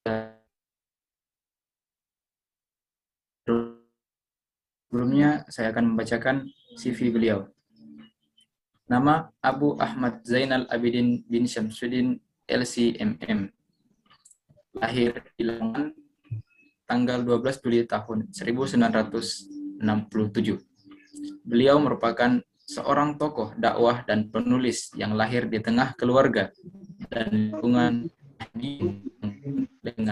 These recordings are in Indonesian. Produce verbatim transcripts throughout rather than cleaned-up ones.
Sebelumnya saya akan membacakan C V beliau. Nama Abu Ahmad Zainal Abidin bin Syamsuddin L C M M. Lahir di Lamongan tanggal dua belas Juli tahun seribu sembilan ratus enam puluh tujuh. Beliau merupakan seorang tokoh dakwah dan penulis yang lahir di tengah keluarga dan lingkungan dengan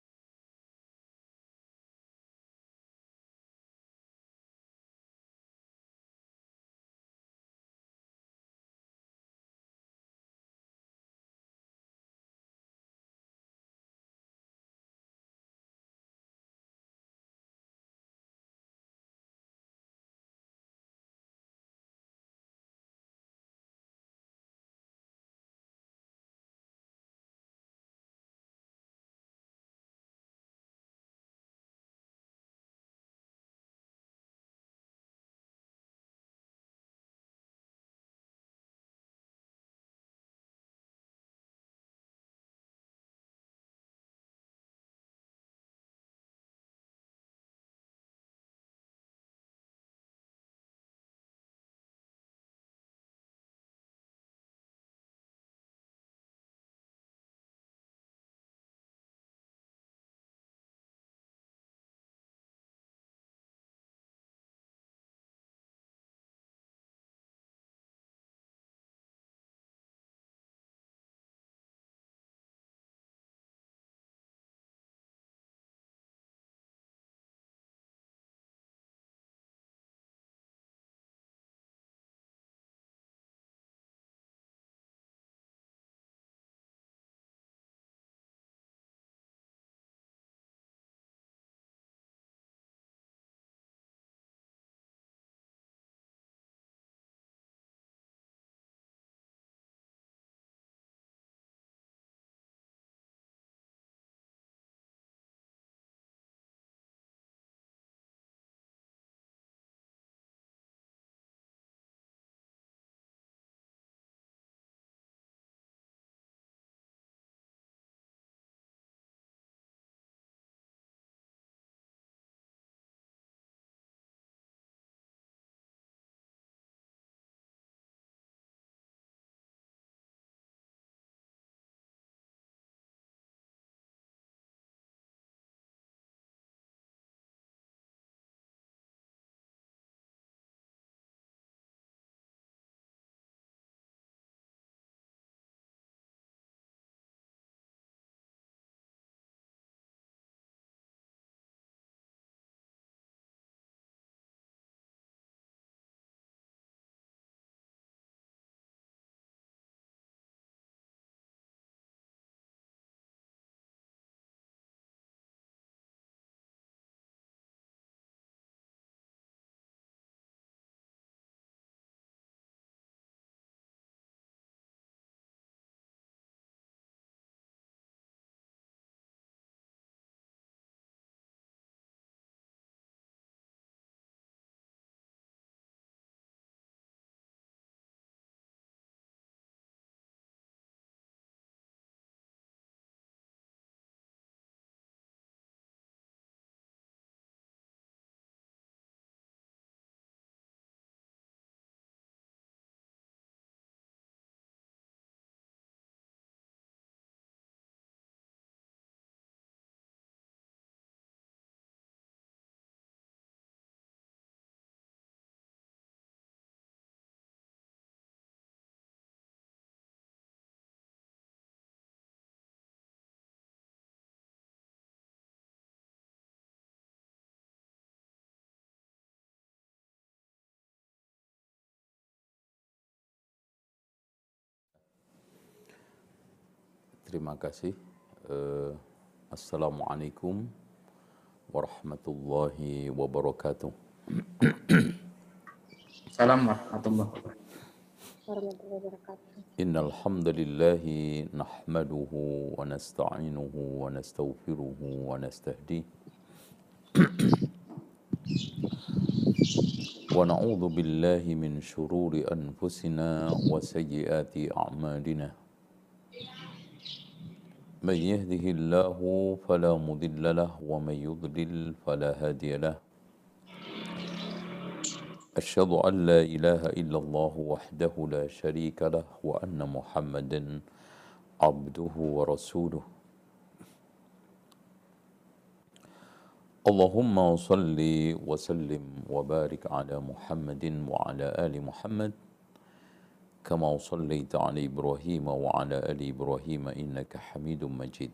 Terima kasih. Uh, Assalamualaikum warahmatullahi wabarakatuh. Salam warahmatullahi wabarakatuh. Innal hamdalillahi nahmaduhu wa nasta'inuhu wa nastaghfiruhu wa nastahdi wa na'udzu billahi min syururi anfusina wa sayyiati a'malina. من يهده الله فلا مضل له ومن يضلل فلا هادي له أشهد أن لا إله إلا الله وحده لا شريك له وأن محمدا عبده ورسوله اللهم صل وسلم وبارك على محمد وعلى آل محمد كما صليت على إبراهيم وعلى آل إبراهيم إنك حميد مجيد.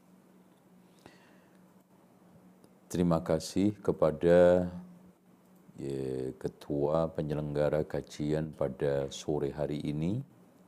Terima kasih kepada ya, Ketua Penyelenggara Kajian pada sore hari ini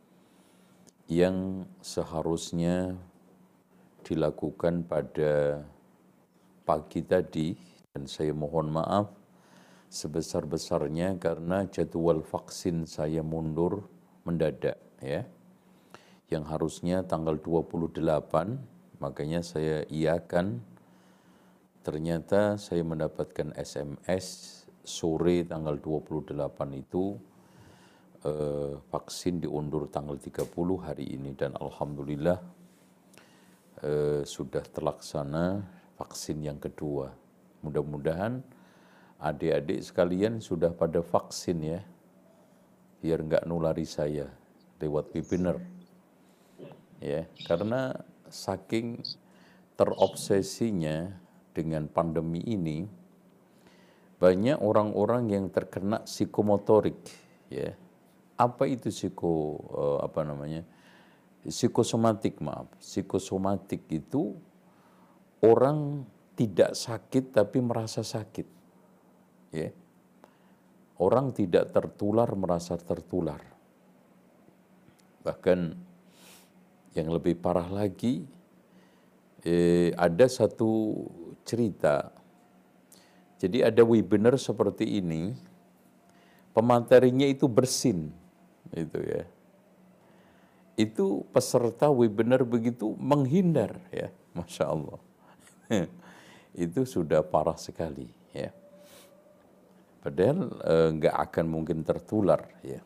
yang seharusnya dilakukan pada pagi tadi, dan saya mohon maaf sebesar-besarnya karena jadwal vaksin saya mundur mendadak ya. Yang harusnya tanggal dua puluh delapan, makanya saya iakan. Ternyata saya mendapatkan S M S sore tanggal dua puluh delapan itu eh, vaksin diundur tanggal tiga puluh hari ini, dan alhamdulillah eh, sudah terlaksana vaksin yang kedua. Mudah-mudahan adik-adik sekalian sudah pada vaksin ya, biar nggak nulari saya lewat webinar ya, karena saking terobsesinya dengan pandemi ini banyak orang-orang yang terkena psikomotorik ya. Apa itu psiko eh, apa namanya psikosomatik maaf psikosomatik itu orang tidak sakit tapi merasa sakit ya. Orang tidak tertular merasa tertular. Bahkan yang lebih parah lagi, eh, ada satu cerita. Jadi ada webinar seperti ini, pematerinya itu bersin, itu ya. Itu peserta webinar begitu menghindar ya, Masya Allah. Itu sudah parah sekali ya. Padahal nggak eh, akan mungkin tertular ya.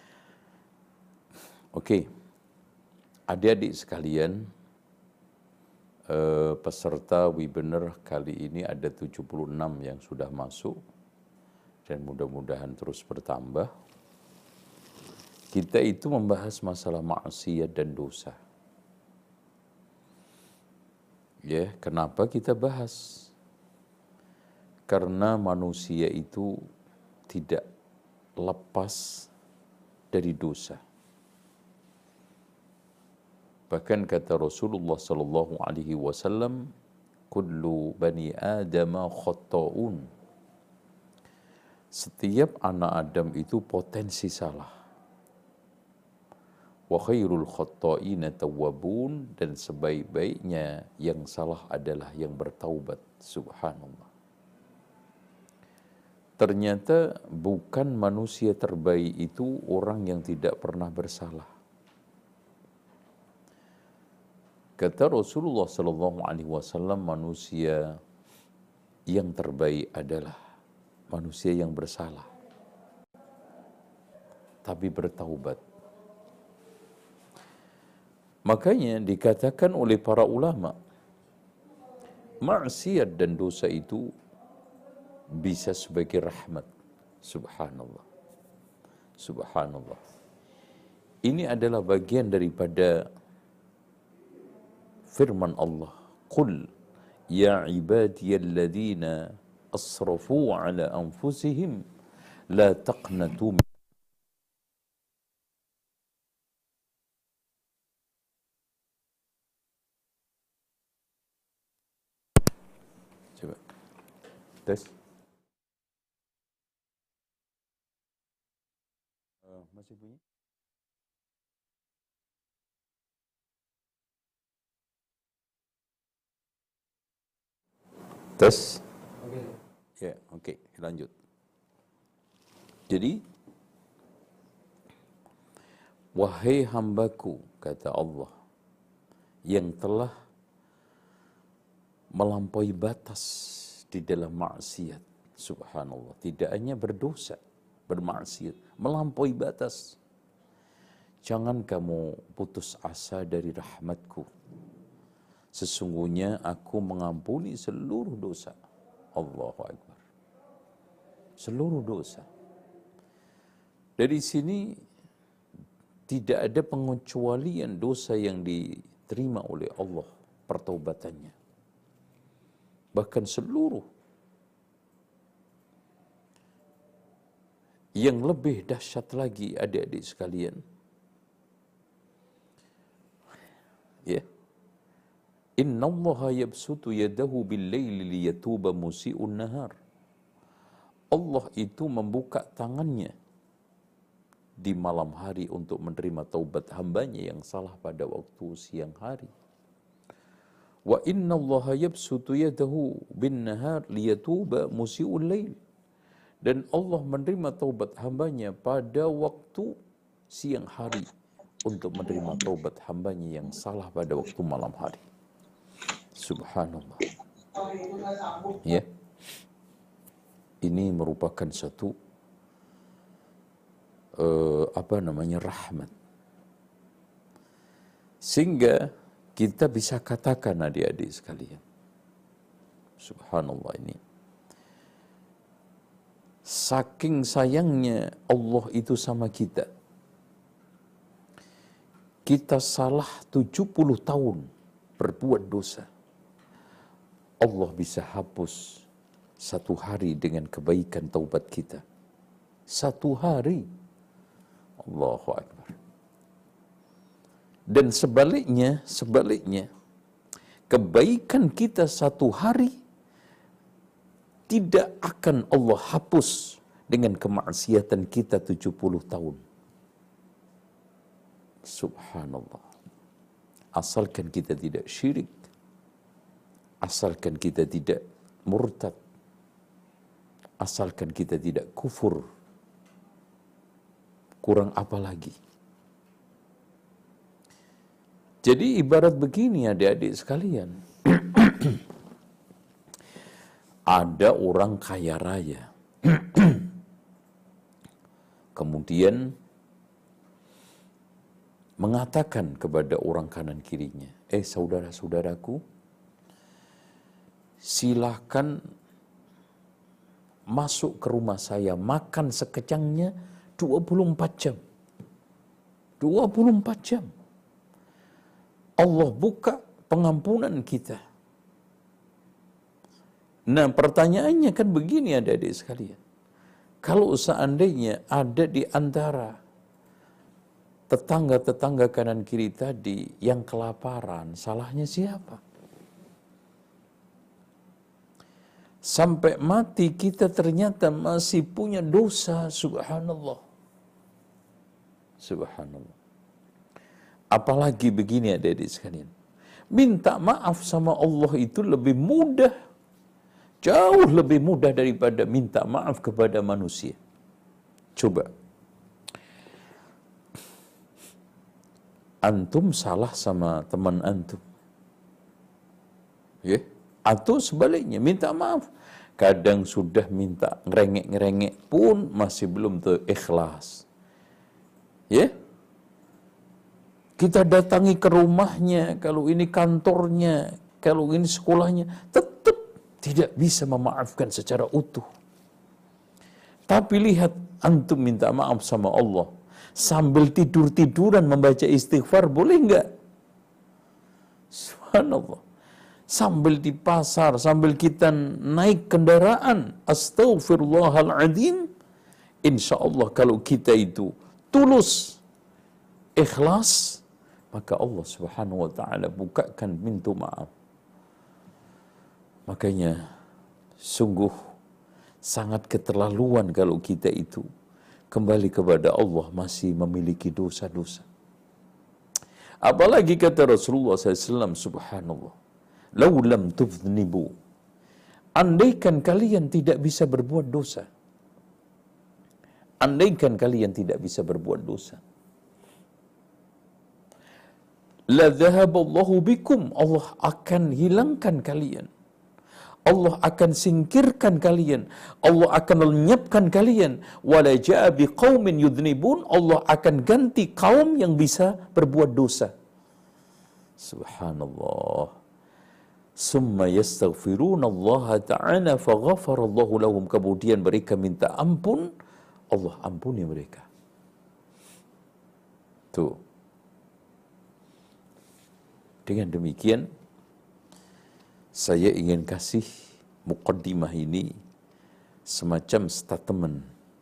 Oke, adik-adik sekalian, eh, peserta webinar kali ini ada tujuh puluh enam yang sudah masuk dan mudah-mudahan terus bertambah. Kita itu membahas masalah maksiat dan dosa. Ya, kenapa kita bahas? Karena manusia itu tidak lepas dari dosa. Bahkan kata Rasulullah sallallahu alaihi wasallam, kullu bani Adam khata'un. Setiap anak Adam itu potensi salah. Wa khairul khata'ina tawwabun, dan sebaik-baiknya yang salah adalah yang bertaubat. Subhanallah. Ternyata bukan manusia terbaik itu orang yang tidak pernah bersalah. Kata Rasulullah sallallahu alaihi wasallam, manusia yang terbaik adalah manusia yang bersalah tapi bertaubat. Makanya dikatakan oleh para ulama, maksiat dan dosa itu bisa sebagai rahmat. Subhanallah. Subhanallah. Ini adalah bagian daripada firman Allah, qul ya ibadiyalladzina asrafu ala anfusihim la taqnatu. Coba tes. Uh, masih bunyi? Tes. Oke. Okay. Ya, oke, okay, lanjut. Jadi, wahai hambaku, kata Allah, yang telah melampaui batas di dalam maksiat. Subhanallah, tidak hanya berdosa, bermaksiat, melampaui batas. Jangan kamu putus asa dari rahmatku. sesungguhnya aku mengampuni seluruh dosa. Allahu Akbar. Seluruh dosa. Dari sini tidak ada pengecualian dosa yang diterima oleh Allah pertaubatannya. Bahkan seluruh. Yang lebih dahsyat lagi adik-adik sekalian. Ya. Inna Allaha yabsutu yadahu bil-laili liyatuba musi'un nahar. Allah itu membuka tangannya di malam hari untuk menerima taubat hambanya yang salah pada waktu siang hari. Wa inna Allaha yabsutu yadahu bin-nahar liyatuba musi'ul lail. Dan Allah menerima taubat hambanya pada waktu siang hari untuk menerima taubat hambanya yang salah pada waktu malam hari. Subhanallah. Ya. Ini merupakan satu uh, apa namanya rahmat. Sehingga kita bisa katakan adik-adik sekalian. Subhanallah ini. Saking sayangnya Allah itu sama kita. Kita salah tujuh puluh tahun berbuat dosa. Allah bisa hapus satu hari dengan kebaikan taubat kita. Satu hari. Allahu Akbar. Dan sebaliknya, sebaliknya, kebaikan kita satu hari tidak akan Allah hapus dengan kemaksiatan kita tujuh puluh tahun. Subhanallah. Asalkan kita tidak syirik, asalkan kita tidak murtad, asalkan kita tidak kufur, kurang apa lagi? Jadi ibarat begini adik-adik sekalian. Ada orang kaya raya. Kemudian mengatakan kepada orang kanan kirinya, eh saudara-saudaraku, silakan masuk ke rumah saya, makan sekecangnya dua puluh empat jam. dua puluh empat jam. Allah buka pengampunan kita. Nah pertanyaannya kan begini adik-adik sekalian. Kalau seandainya ada di antara tetangga-tetangga kanan kiri tadi yang kelaparan, salahnya siapa? Sampai mati kita ternyata masih punya dosa, subhanallah. Subhanallah. Apalagi begini adik-adik sekalian. Minta maaf sama Allah itu lebih mudah. Jauh lebih mudah daripada minta maaf kepada manusia. Coba. Antum salah sama teman antum. Ya? Atau sebaliknya, minta maaf. Kadang sudah minta ngerengek-ngerengek pun masih belum ikhlas. Ya? Kita datangi ke rumahnya, kalau ini kantornya, kalau ini sekolahnya, tetap tidak bisa memaafkan secara utuh. Tapi lihat, antum minta maaf sama Allah. Sambil tidur-tiduran membaca istighfar, boleh enggak? Subhanallah. Sambil di pasar, sambil kita naik kendaraan, astaghfirullahaladzim. Insya Allah kalau kita itu tulus, ikhlas, maka Allah subhanahu wa ta'ala bukakan pintu maaf. Makanya sungguh sangat keterlaluan kalau kita itu kembali kepada Allah masih memiliki dosa-dosa. Apalagi kata Rasulullah sallallahu alaihi wasallam, subhanallah, lau lam tuznibu, andaikan kalian tidak bisa berbuat dosa, andaikan kalian tidak bisa berbuat dosa, la dhahaballahu bikum, Allah akan hilangkan kalian. Allah akan singkirkan kalian. Allah akan lenyapkan kalian. Wala ja'a biqaumin yudhnibun, Allah akan ganti kaum yang bisa berbuat dosa. Subhanallah. summa yastaghfiruna Allah ta'ala faghafarallahu lahum, kemudian mereka minta ampun, Allah ampuni mereka. Tuh. Dengan demikian saya ingin kasih muqaddimah ini semacam statement.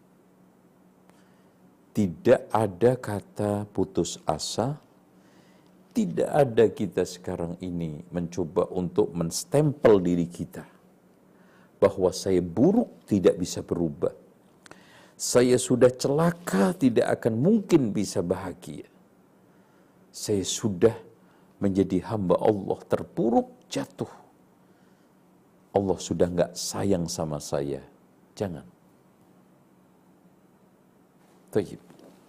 Tidak ada kata putus asa. Tidak ada kita sekarang ini mencoba untuk menstempel diri kita bahwa saya buruk, tidak bisa berubah. Saya sudah celaka, tidak akan mungkin bisa bahagia. Saya sudah menjadi hamba Allah, terpuruk, jatuh. Allah sudah enggak sayang sama saya. Jangan. Tayyib.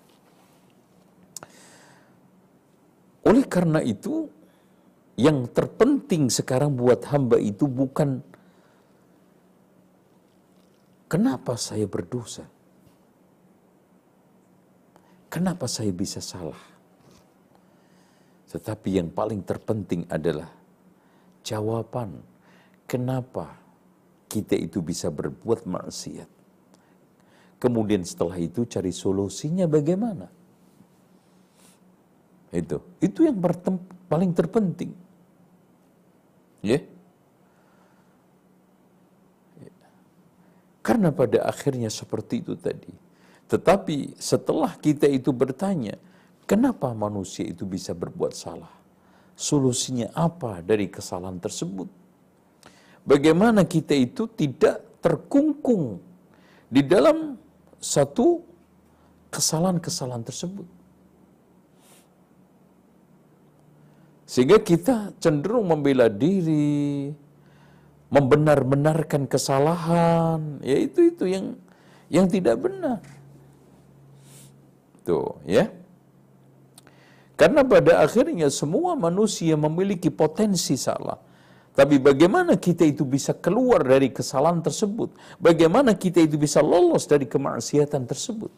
Oleh karena itu, yang terpenting sekarang buat hamba itu bukan kenapa saya berdosa, kenapa saya bisa salah. Tetapi yang paling terpenting adalah jawaban kenapa kita itu bisa berbuat maksiat. Kemudian setelah itu cari solusinya bagaimana. Itu, itu yang paling terpenting. Ya. Karena pada akhirnya seperti itu tadi. Tetapi setelah kita itu bertanya, kenapa manusia itu bisa berbuat salah? Solusinya apa dari kesalahan tersebut? Bagaimana kita itu tidak terkungkung di dalam satu kesalahan-kesalahan tersebut? Sehingga kita cenderung membela diri, membenar-benarkan kesalahan, ya itu itu yang yang tidak benar. Tuh, ya. Karena pada akhirnya semua manusia memiliki potensi salah. Tapi bagaimana kita itu bisa keluar dari kesalahan tersebut? Bagaimana kita itu bisa lolos dari kemaksiatan tersebut?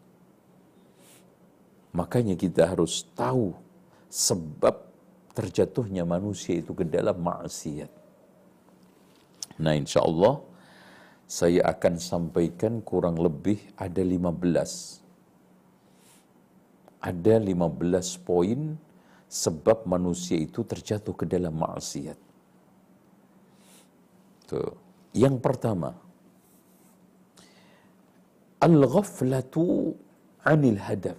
Makanya kita harus tahu sebab terjatuhnya manusia itu ke dalam maksiat. Nah, insya Allah saya akan sampaikan kurang lebih ada lima belas. Ada lima belas poin sebab manusia itu terjatuh ke dalam maksiat. Tuh. Yang pertama, al-ghaflatu 'anil hadaf.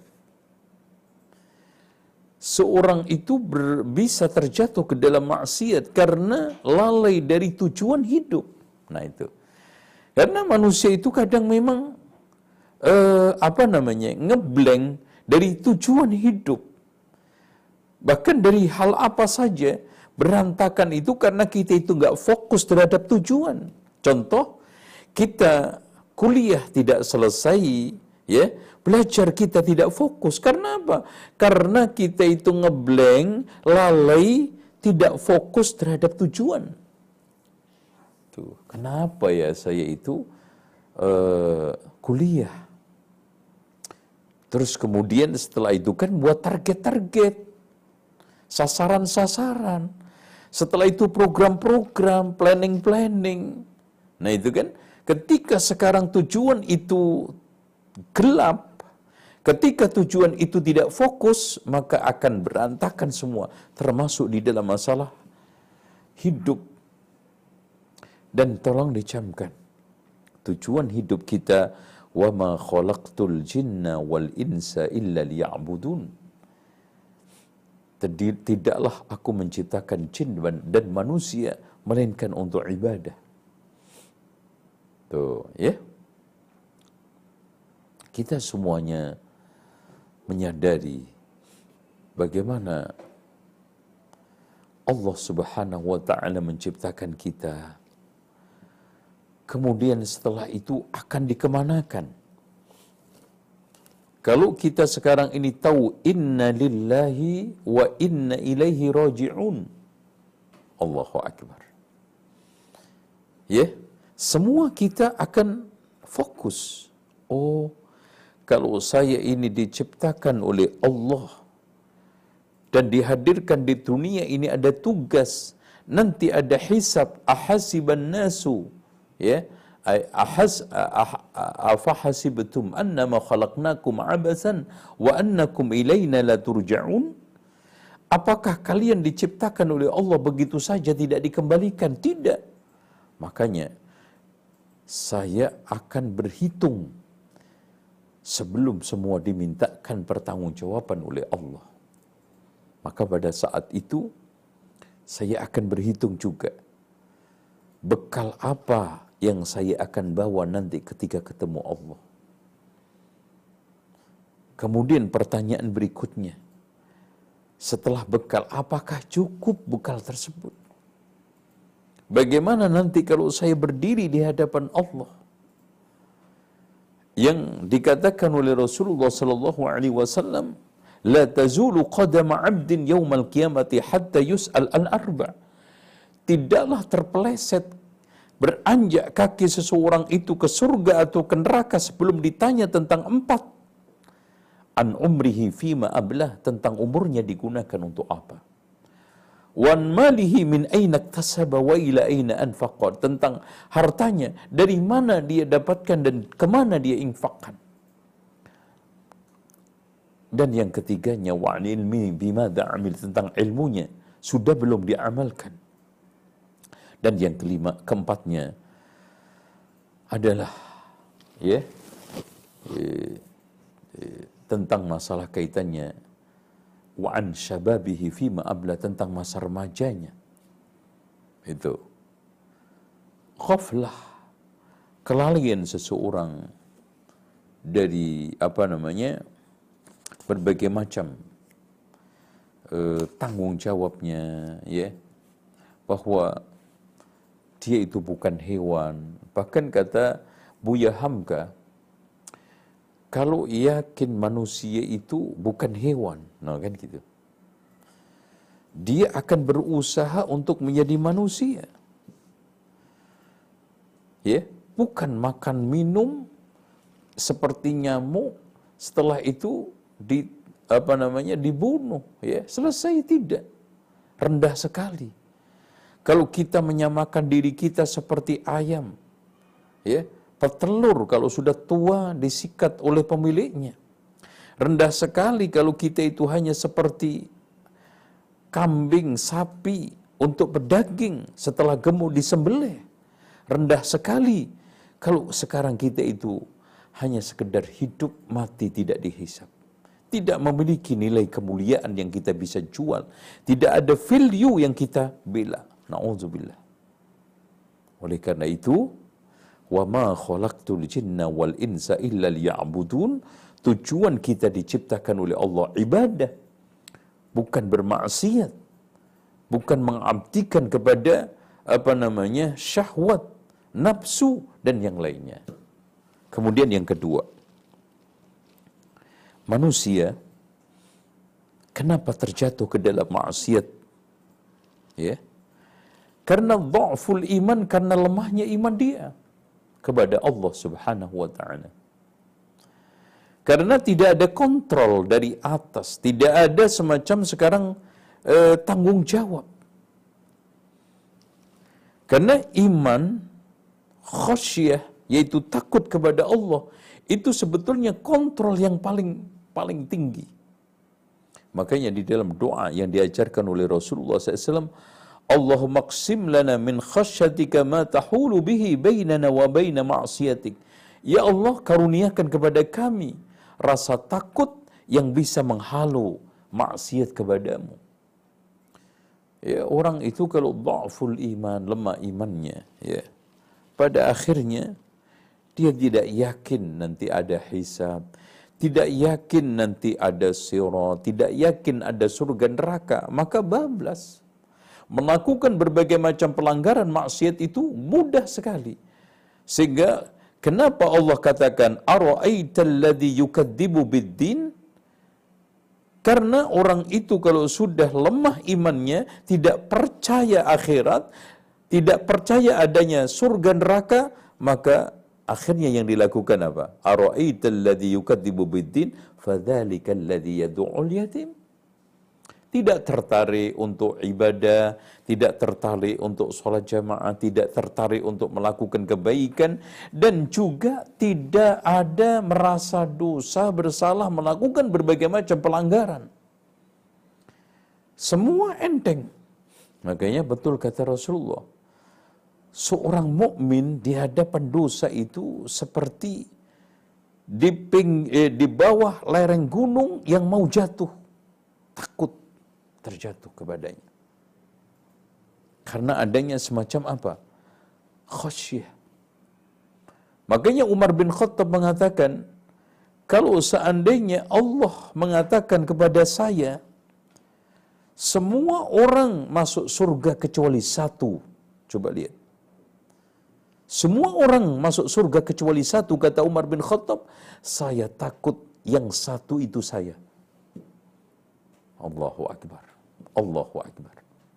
Seorang itu ber, bisa terjatuh ke dalam maksiat karena lalai dari tujuan hidup. Nah itu. Karena manusia itu kadang memang eh, apa namanya ngeblank dari tujuan hidup. Bahkan dari hal apa saja berantakan itu karena kita itu nggak fokus terhadap tujuan. Contoh, kita kuliah tidak selesai, ya. Belajar kita tidak fokus. Karena apa? Karena kita itu ngeblank, lalai, tidak fokus terhadap tujuan. Tuh, kenapa ya saya itu uh, kuliah? Terus kemudian setelah itu kan buat target-target, sasaran-sasaran. Setelah itu program-program, planning-planning. Nah itu kan, ketika sekarang tujuan itu gelap, ketika tujuan itu tidak fokus, maka akan berantakan semua, termasuk di dalam masalah hidup. Dan tolong dicamkan, tujuan hidup kita, wa ma khalaqtul jinna wal insa illa liya'budun. Tidaklah aku menciptakan jin dan manusia melainkan untuk ibadah. Tuh, ya. Kita semuanya menyadari bagaimana Allah Subhanahu wa taala menciptakan kita. Kemudian setelah itu akan dikemanakan. Kalau kita sekarang ini tahu inna lillahi wa inna ilaihi raji'un. Allahu akbar. Ya, semua kita akan fokus. Oh, kalau saya ini diciptakan oleh Allah dan dihadirkan di dunia ini ada tugas nanti ada hisab, ahasiban nasu, ya, ahas afahasibtum annama khalaqnakum abasan wa annakum ilaina la turja'un. Apakah kalian diciptakan oleh Allah begitu saja tidak dikembalikan? Tidak. Makanya saya akan berhitung sebelum semua dimintakan pertanggungjawaban oleh Allah. Maka pada saat itu saya akan berhitung juga bekal apa yang saya akan bawa nanti ketika ketemu Allah. Kemudian pertanyaan berikutnya, setelah bekal, apakah cukup bekal tersebut? Bagaimana nanti kalau saya berdiri di hadapan Allah? Yang dikatakan oleh Rasulullah sallallahu alaihi wasallam, la tazulu qadama 'abdin yaumal qiyamati hatta yus'al an arba'. Tidaklah terpeleset beranjak kaki seseorang itu ke surga atau ke neraka sebelum ditanya tentang empat. An umrihi fima ablah, tentang umurnya digunakan untuk apa. Wan malihi min aina iktasaba wa ila aina anfaqa, tentang hartanya dari mana dia dapatkan dan kemana dia infakkan. Dan yang ketiganya wa ilmi bimadza amil, tentang ilmunya sudah belum diamalkan. Dan yang kelima, keempatnya adalah ya, eh, eh, tentang masalah kaitannya wa an syababihi fima abla, tentang masa remajanya. Itu ghaflah, kelalaian seseorang dari apa namanya berbagai macam eh, tanggung jawabnya, ya, bahwa dia itu bukan hewan. Bahkan kata Buya Hamka, kalau yakin manusia itu bukan hewan, nah kan gitu, dia akan berusaha untuk menjadi manusia. Ya, bukan makan minum seperti nyamuk, setelah itu di apa namanya dibunuh, ya, selesai. Tidak, rendah sekali. Kalau kita menyamakan diri kita seperti ayam, ya, petelur kalau sudah tua disikat oleh pemiliknya. Rendah sekali kalau kita itu hanya seperti kambing, sapi untuk berdaging, setelah gemuk disembelih. Rendah sekali kalau sekarang kita itu hanya sekedar hidup mati tidak dihisab. Tidak memiliki nilai kemuliaan yang kita bisa jual. Tidak ada value yang kita bela. Na'udzubillah. Oleh karena itu, wa ma khalaqtul jinna wal insa illa liya'budun. Tujuan kita diciptakan oleh Allah ibadah, bukan bermaksiat, bukan mengabdikan kepada apa namanya syahwat, nafsu dan yang lainnya. Kemudian yang kedua, manusia kenapa terjatuh ke dalam maksiat? Ya, karena dha'ful iman, karena lemahnya iman dia kepada Allah Subhanahu wa taala. Karena tidak ada kontrol dari atas, tidak ada semacam sekarang eh, tanggung jawab. Karena iman, khasyah, yaitu takut kepada Allah, itu sebetulnya kontrol yang paling paling tinggi. Makanya di dalam doa yang diajarkan oleh Rasulullah shallallahu alaihi wasallam, Allahumma qsim lana min khasyatika ma tahulu bihi bainana wa baina ma'siyatik. Ya Allah, karuniakan kepada kami rasa takut yang bisa menghalau maksiat kepadamu. Ya, orang itu kalau dha'ful iman, lemah imannya, ya, pada akhirnya dia tidak yakin nanti ada hisab, tidak yakin nanti ada sirat, tidak yakin ada surga neraka, maka bablas. Melakukan berbagai macam pelanggaran maksiat itu mudah sekali. Sehingga kenapa Allah katakan ara'aital ladzi yukadzibu biddin? Karena orang itu kalau sudah lemah imannya, tidak percaya akhirat, tidak percaya adanya surga neraka, maka akhirnya yang dilakukan apa? Ara'aital ladzi yukadzibu biddin fadzalikal ladzi yad'ul yatim. tidak tertarik untuk ibadah, tidak tertarik untuk sholat jamaah, tidak tertarik untuk melakukan kebaikan, dan juga tidak ada merasa dosa bersalah melakukan berbagai macam pelanggaran. Semua enteng. Makanya betul kata Rasulullah, seorang mukmin di hadapan dosa itu seperti di, ping, eh, di bawah lereng gunung yang mau jatuh, takut terjatuh kepadanya. Karena adanya semacam apa? Khasyah. Makanya Umar bin Khattab mengatakan, kalau seandainya Allah mengatakan kepada saya, semua orang masuk surga kecuali satu. Coba lihat. Semua orang masuk surga kecuali satu, kata Umar bin Khattab, saya takut yang satu itu saya. Allahu Akbar. Allahu Akbar.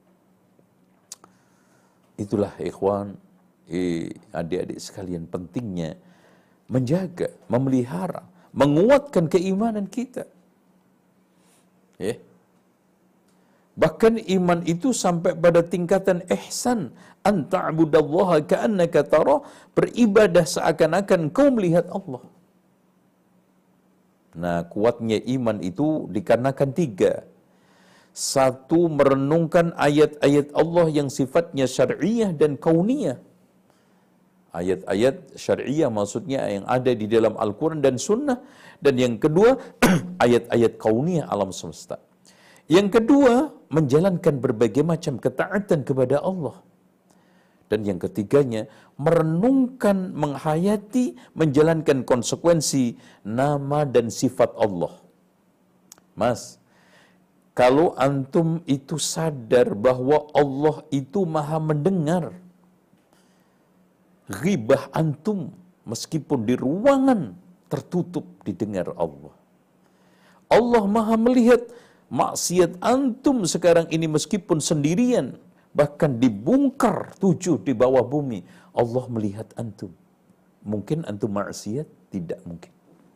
Itulah ikhwan, eh, adik-adik sekalian, pentingnya menjaga, memelihara, menguatkan keimanan kita. Ya. Bahkan iman itu sampai pada tingkatan ihsan, an ta'budallaha ka'annaka tara, beribadah seakan-akan kau melihat Allah. Nah, kuatnya iman itu dikarenakan tiga. Satu, merenungkan ayat-ayat Allah yang sifatnya syar'iyah dan kauniyah. Ayat-ayat syar'iyah maksudnya yang ada di dalam Al-Quran dan Sunnah. Dan yang kedua, ayat-ayat kauniyah alam semesta. Yang kedua, menjalankan berbagai macam ketaatan kepada Allah. Dan yang ketiganya, merenungkan, menghayati, menjalankan konsekuensi nama dan sifat Allah. Mas, kalau antum itu sadar bahwa Allah itu maha mendengar, ghibah antum meskipun di ruangan tertutup didengar Allah. Allah maha melihat maksiat antum sekarang ini meskipun sendirian, bahkan dibungkar tujuh di bawah bumi, Allah melihat antum. Mungkin antum maksiat? Tidak mungkin.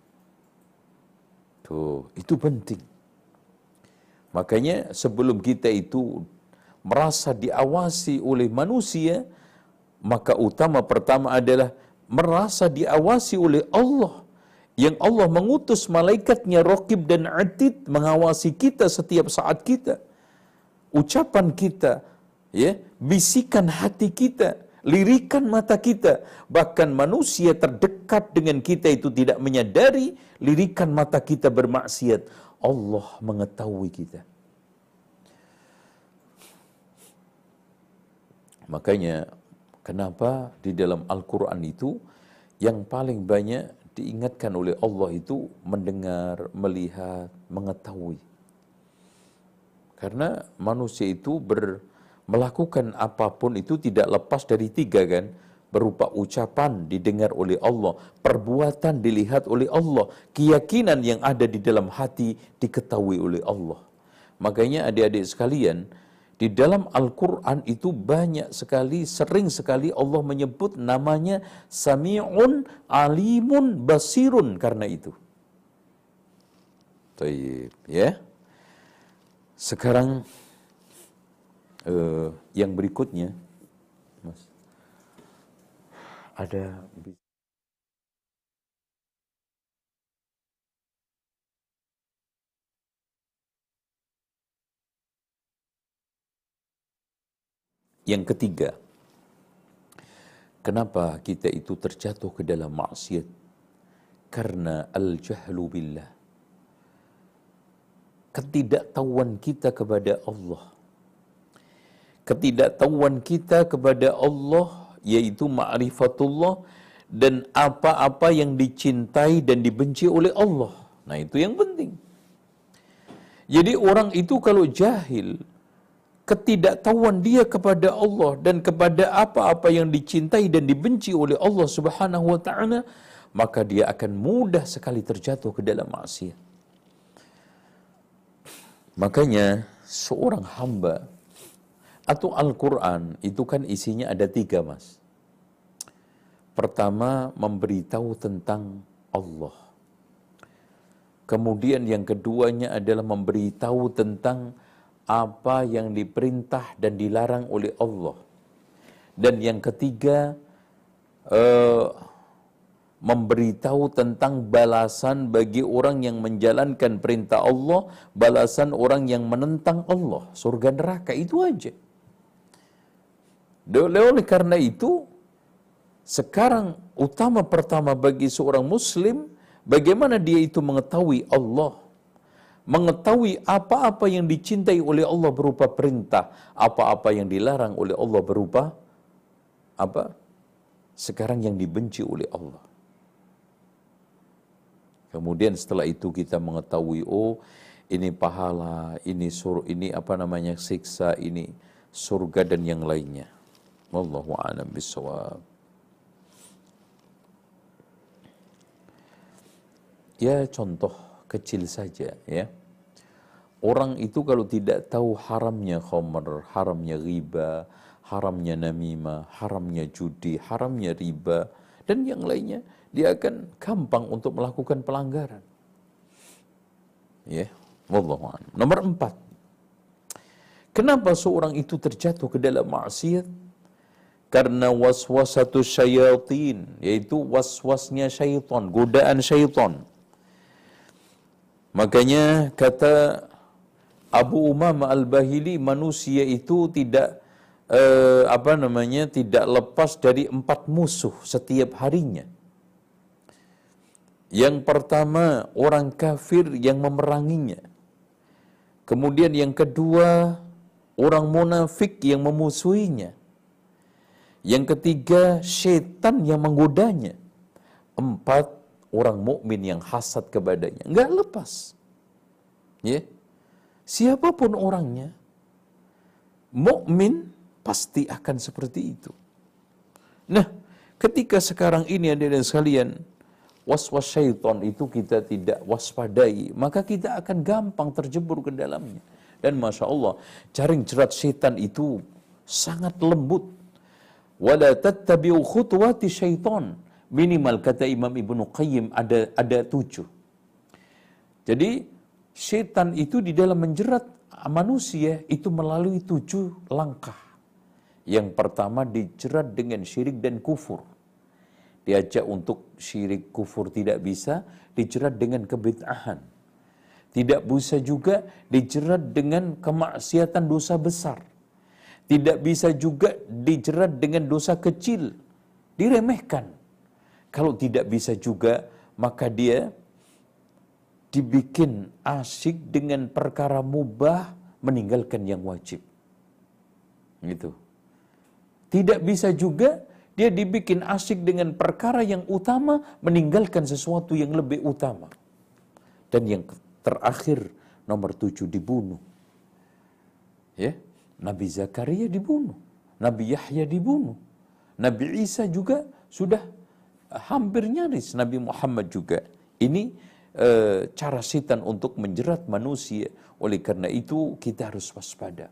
Tuh, itu penting. Makanya sebelum kita itu merasa diawasi oleh manusia, maka utama pertama adalah merasa diawasi oleh Allah. Yang Allah mengutus malaikatnya Raqib dan Atid mengawasi kita setiap saat kita. Ucapan kita, ya, bisikan hati kita, lirikan mata kita. Bahkan manusia terdekat dengan kita itu tidak menyadari lirikan mata kita bermaksiat. Allah mengetahui kita. Makanya kenapa di dalam Al-Quran itu yang paling banyak diingatkan oleh Allah itu mendengar, melihat, mengetahui. Karena manusia itu ber, melakukan apapun itu tidak lepas dari tiga kan. Berupa ucapan didengar oleh Allah, perbuatan dilihat oleh Allah, keyakinan yang ada di dalam hati diketahui oleh Allah. Makanya adik-adik sekalian, di dalam Al-Quran itu banyak sekali, sering sekali Allah menyebut namanya Sami'un, Alimun, Basirun karena itu. Baik, ya. Sekarang uh, yang berikutnya, Mas, ada yang ketiga, kenapa kita itu terjatuh ke dalam maksiat? Karena al-jahlu billah. Ketidaktahuan kita kepada Allah. Ketidaktahuan kita kepada Allah, yaitu ma'rifatullah, dan apa-apa yang dicintai dan dibenci oleh Allah. Nah, itu yang penting. Jadi orang itu kalau jahil, ketidaktahuan dia kepada Allah dan kepada apa-apa yang dicintai dan dibenci oleh Allah Subhanahu wa taala, maka dia akan mudah sekali terjatuh ke dalam maksiat. Makanya seorang hamba atau Al-Quran itu kan isinya ada tiga, Mas. Pertama, memberitahu tentang Allah. Kemudian yang keduanya adalah memberitahu tentang apa yang diperintah dan dilarang oleh Allah. Dan yang ketiga, uh, memberitahu tentang balasan bagi orang yang menjalankan perintah Allah, balasan orang yang menentang Allah, surga neraka, itu aja. Oleh karena itu, sekarang utama pertama bagi seorang muslim, bagaimana dia itu mengetahui Allah, mengetahui apa-apa yang dicintai oleh Allah berupa perintah, apa-apa yang dilarang oleh Allah berupa apa? Sekarang yang dibenci oleh Allah. Kemudian setelah itu kita mengetahui, oh ini pahala, ini sur, ini apa namanya siksa, ini surga dan yang lainnya. Wallahu a'lam bishawab. Ya contoh kecil saja ya. Orang itu kalau tidak tahu haramnya khamr, haramnya riba, haramnya namimah, haramnya judi, haramnya riba, dan yang lainnya, dia akan gampang untuk melakukan pelanggaran. Ya, wallahu a'lam. Nomor empat. Kenapa seorang itu terjatuh ke dalam maksiat? Karena waswasatus syayatin, yaitu waswasnya syaitan, godaan syaitan. Makanya kata Abu Umamah Al-Bahili, manusia itu tidak eh, apa namanya tidak lepas dari empat musuh setiap harinya. Yang pertama, orang kafir yang memeranginya. Kemudian yang kedua, orang munafik yang memusuhinya. Yang ketiga, setan yang menggodanya. Empat, orang mukmin yang hasad kepadanya. Enggak lepas. Ya. Siapapun orangnya, mukmin pasti akan seperti itu. Nah, ketika sekarang ini hadirin sekalian, waswas syaitan itu kita tidak waspadai, maka kita akan gampang terjebur ke dalamnya. Dan Masya Allah, jaring jerat syaitan itu sangat lembut. Wala tattabi'u khutuwati syaitan. Minimal kata Imam Ibnu Qayyim ada ada tujuh. Jadi syaitan itu di dalam menjerat manusia itu melalui tujuh langkah. Yang pertama dijerat dengan syirik dan kufur. Diajak untuk syirik kufur tidak bisa, dijerat dengan kebid'ahan. Tidak bisa juga dijerat dengan kemaksiatan dosa besar. Tidak bisa juga dijerat dengan dosa kecil, diremehkan. Kalau tidak bisa juga, maka dia dibikin asyik dengan perkara mubah, meninggalkan yang wajib. Gitu. Tidak bisa juga dia dibikin asyik dengan perkara yang utama, meninggalkan sesuatu yang lebih utama. Dan yang terakhir, nomor tujuh, dibunuh. Ya, Nabi Zakaria dibunuh, Nabi Yahya dibunuh, Nabi Isa juga sudah hampir nyaris, Nabi Muhammad juga. Ini e, cara setan untuk menjerat manusia. Oleh karena itu kita harus waspada.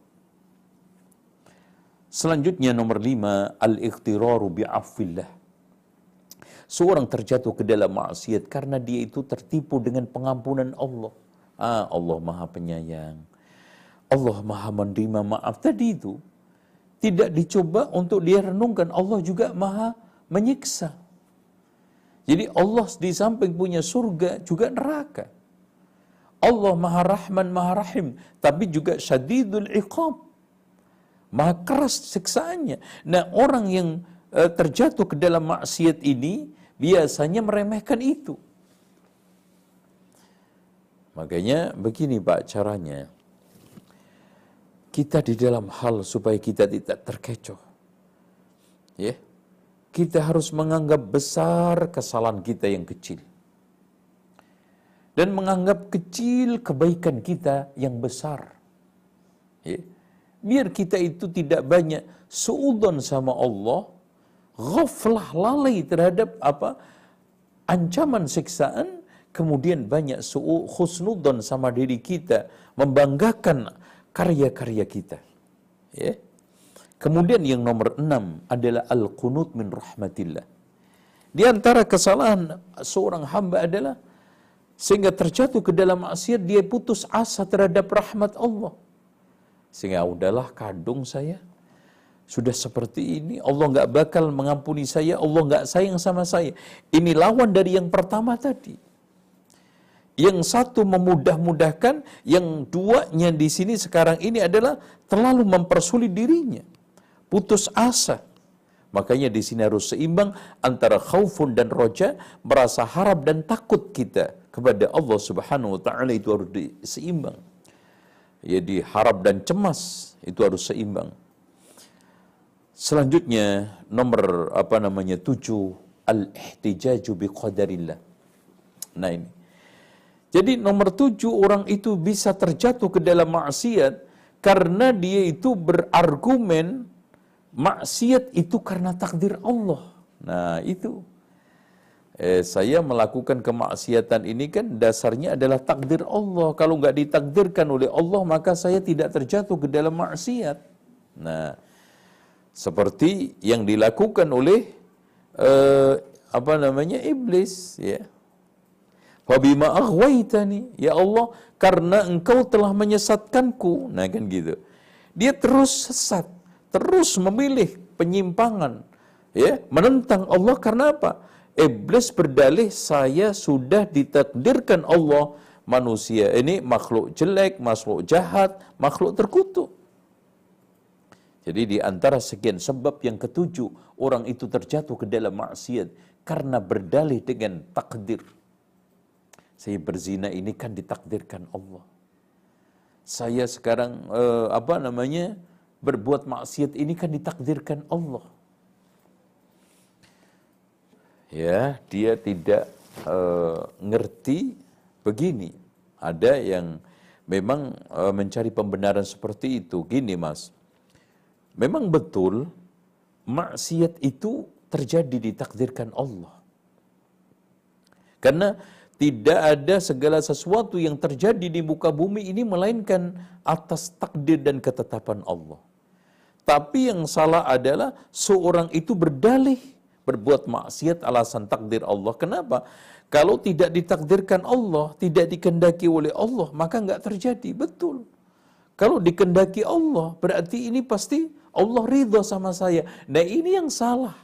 Selanjutnya nomor lima, al-iqtiraru bi'afillah. Seorang terjatuh ke dalam maksiat karena dia itu tertipu dengan pengampunan Allah. Ah, Allah Maha Penyayang, Allah Maha menerima maaf. Tadi itu tidak dicoba untuk dia renungkan, Allah juga Maha menyiksa. Jadi Allah di samping punya surga juga neraka. Allah Maha Rahman, Maha Rahim, tapi juga syadidul iqab, Maha keras siksaannya. Nah, orang yang uh, terjatuh ke dalam maksiat ini biasanya meremehkan itu. Makanya begini Pak caranya. Kita di dalam hal supaya kita tidak terkecoh. Ya. Kita harus menganggap besar kesalahan kita yang kecil. Dan menganggap kecil kebaikan kita yang besar. Ya. Biar kita itu tidak banyak suudzon sama Allah, ghaflah, lalai terhadap apa ancaman siksaan, kemudian banyak su'u khusnudzon sama diri kita, membanggakan karya-karya kita. Ya. Kemudian yang nomor enam adalah al-qunut min rahmatillah. Di antara kesalahan seorang hamba adalah sehingga terjatuh ke dalam maksiat, dia putus asa terhadap rahmat Allah. Sehingga udahlah kadung saya. Sudah seperti ini, Allah nggak bakal mengampuni saya, Allah nggak sayang sama saya. Ini lawan dari yang pertama tadi. Yang satu memudah-mudahkan, yang duanya di sini sekarang ini adalah terlalu mempersulit dirinya. Putus asa. Makanya di sini harus seimbang antara khaufun dan roja, merasa harap dan takut kita kepada Allah Subhanahu wa taala itu harus seimbang. Jadi harap dan cemas itu harus seimbang. Selanjutnya nomor apa namanya tujuh, al-ihtijaju biqadarillah. Nah ini. Jadi nomor tujuh, orang itu bisa terjatuh ke dalam maksiat karena dia itu berargumen maksiat itu karena takdir Allah. Nah itu. Eh, saya melakukan kemaksiatan ini kan dasarnya adalah takdir Allah. Kalau nggak ditakdirkan oleh Allah maka saya tidak terjatuh ke dalam maksiat. Nah, seperti yang dilakukan oleh eh, apa namanya iblis, ya. Fabima aghwaytani, ya Allah, karena engkau telah menyesatkanku. Nah kan gitu. Dia terus sesat, terus memilih penyimpangan, ya, menentang Allah karena apa? Iblis berdalih saya sudah ditakdirkan Allah manusia ini makhluk jelek, makhluk jahat, makhluk terkutuk. Jadi di antara sekian sebab yang ketujuh, orang itu terjatuh ke dalam maksiat karena berdalih dengan takdir. Saya berzina ini kan ditakdirkan Allah. Saya sekarang eh, apa namanya berbuat maksiat ini kan ditakdirkan Allah. Ya, dia tidak eh, ngerti begini. Ada yang memang eh, mencari pembenaran seperti itu. Gini Mas, memang betul maksiat itu terjadi ditakdirkan Allah. Karena tidak ada segala sesuatu yang terjadi di muka bumi ini melainkan atas takdir dan ketetapan Allah. Tapi yang salah adalah seorang itu berdalih berbuat maksiat alasan takdir Allah. Kenapa? Kalau tidak ditakdirkan Allah, tidak dikehendaki oleh Allah, maka nggak terjadi. Betul. Kalau dikehendaki Allah, berarti ini pasti Allah ridha sama saya. Nah ini yang salah.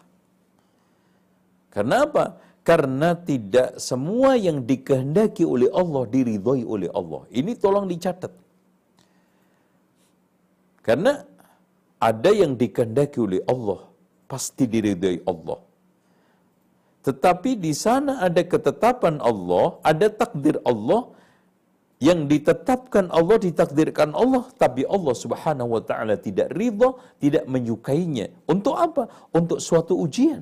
Kenapa? Karena tidak semua yang dikehendaki oleh Allah diridhoi oleh Allah. Ini tolong dicatat. Karena ada yang dikehendaki oleh Allah, pasti diridhoi Allah. Tetapi di sana ada ketetapan Allah, ada takdir Allah, yang ditetapkan Allah, ditakdirkan Allah, tapi Allah Subhanahu wa taala tidak ridha, tidak menyukainya. Untuk apa? Untuk suatu ujian.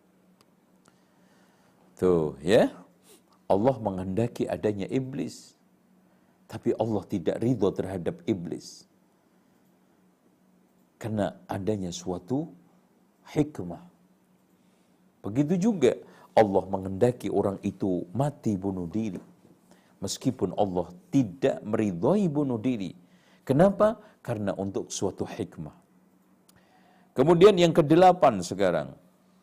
Tuh, ya. Allah menghendaki adanya iblis, tapi Allah tidak ridha terhadap iblis. Karena adanya suatu hikmah. Begitu juga Allah menghendaki orang itu mati bunuh diri. Meskipun Allah tidak meridhai bunuh diri. Kenapa? Karena untuk suatu hikmah. Kemudian yang kedelapan sekarang.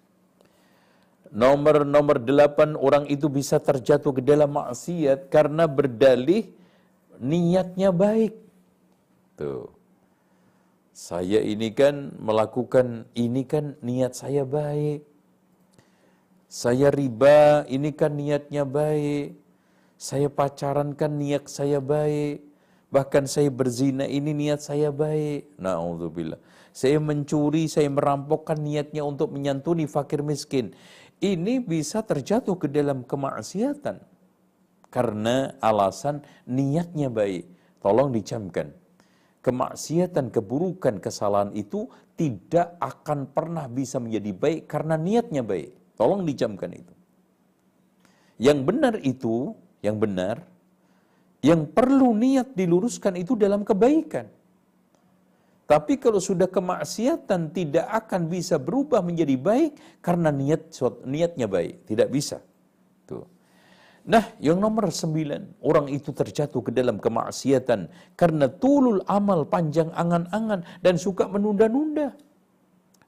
Nomor nomor delapan, orang itu bisa terjatuh ke dalam maksiat karena berdalih niatnya baik. Tuh. Saya ini kan melakukan ini kan niat saya baik. Saya riba, ini kan niatnya baik. Saya pacaran kan niat saya baik. Bahkan saya berzina ini niat saya baik. Na'udzubillah. Saya mencuri, saya merampok kan niatnya untuk menyantuni fakir miskin. Ini bisa terjatuh ke dalam kemaksiatan. Karena alasan niatnya baik. Tolong dicamkan. Kemaksiatan, keburukan, kesalahan itu tidak akan pernah bisa menjadi baik karena niatnya baik. Tolong dicamkan itu. Yang benar itu, yang benar, yang perlu niat diluruskan itu dalam kebaikan. Tapi kalau sudah kemaksiatan tidak akan bisa berubah menjadi baik karena niat niatnya baik, tidak bisa. Tuh. Nah, yang nomor sembilan, orang itu terjatuh ke dalam kemaksiatan karena tulul amal, panjang angan-angan dan suka menunda-nunda.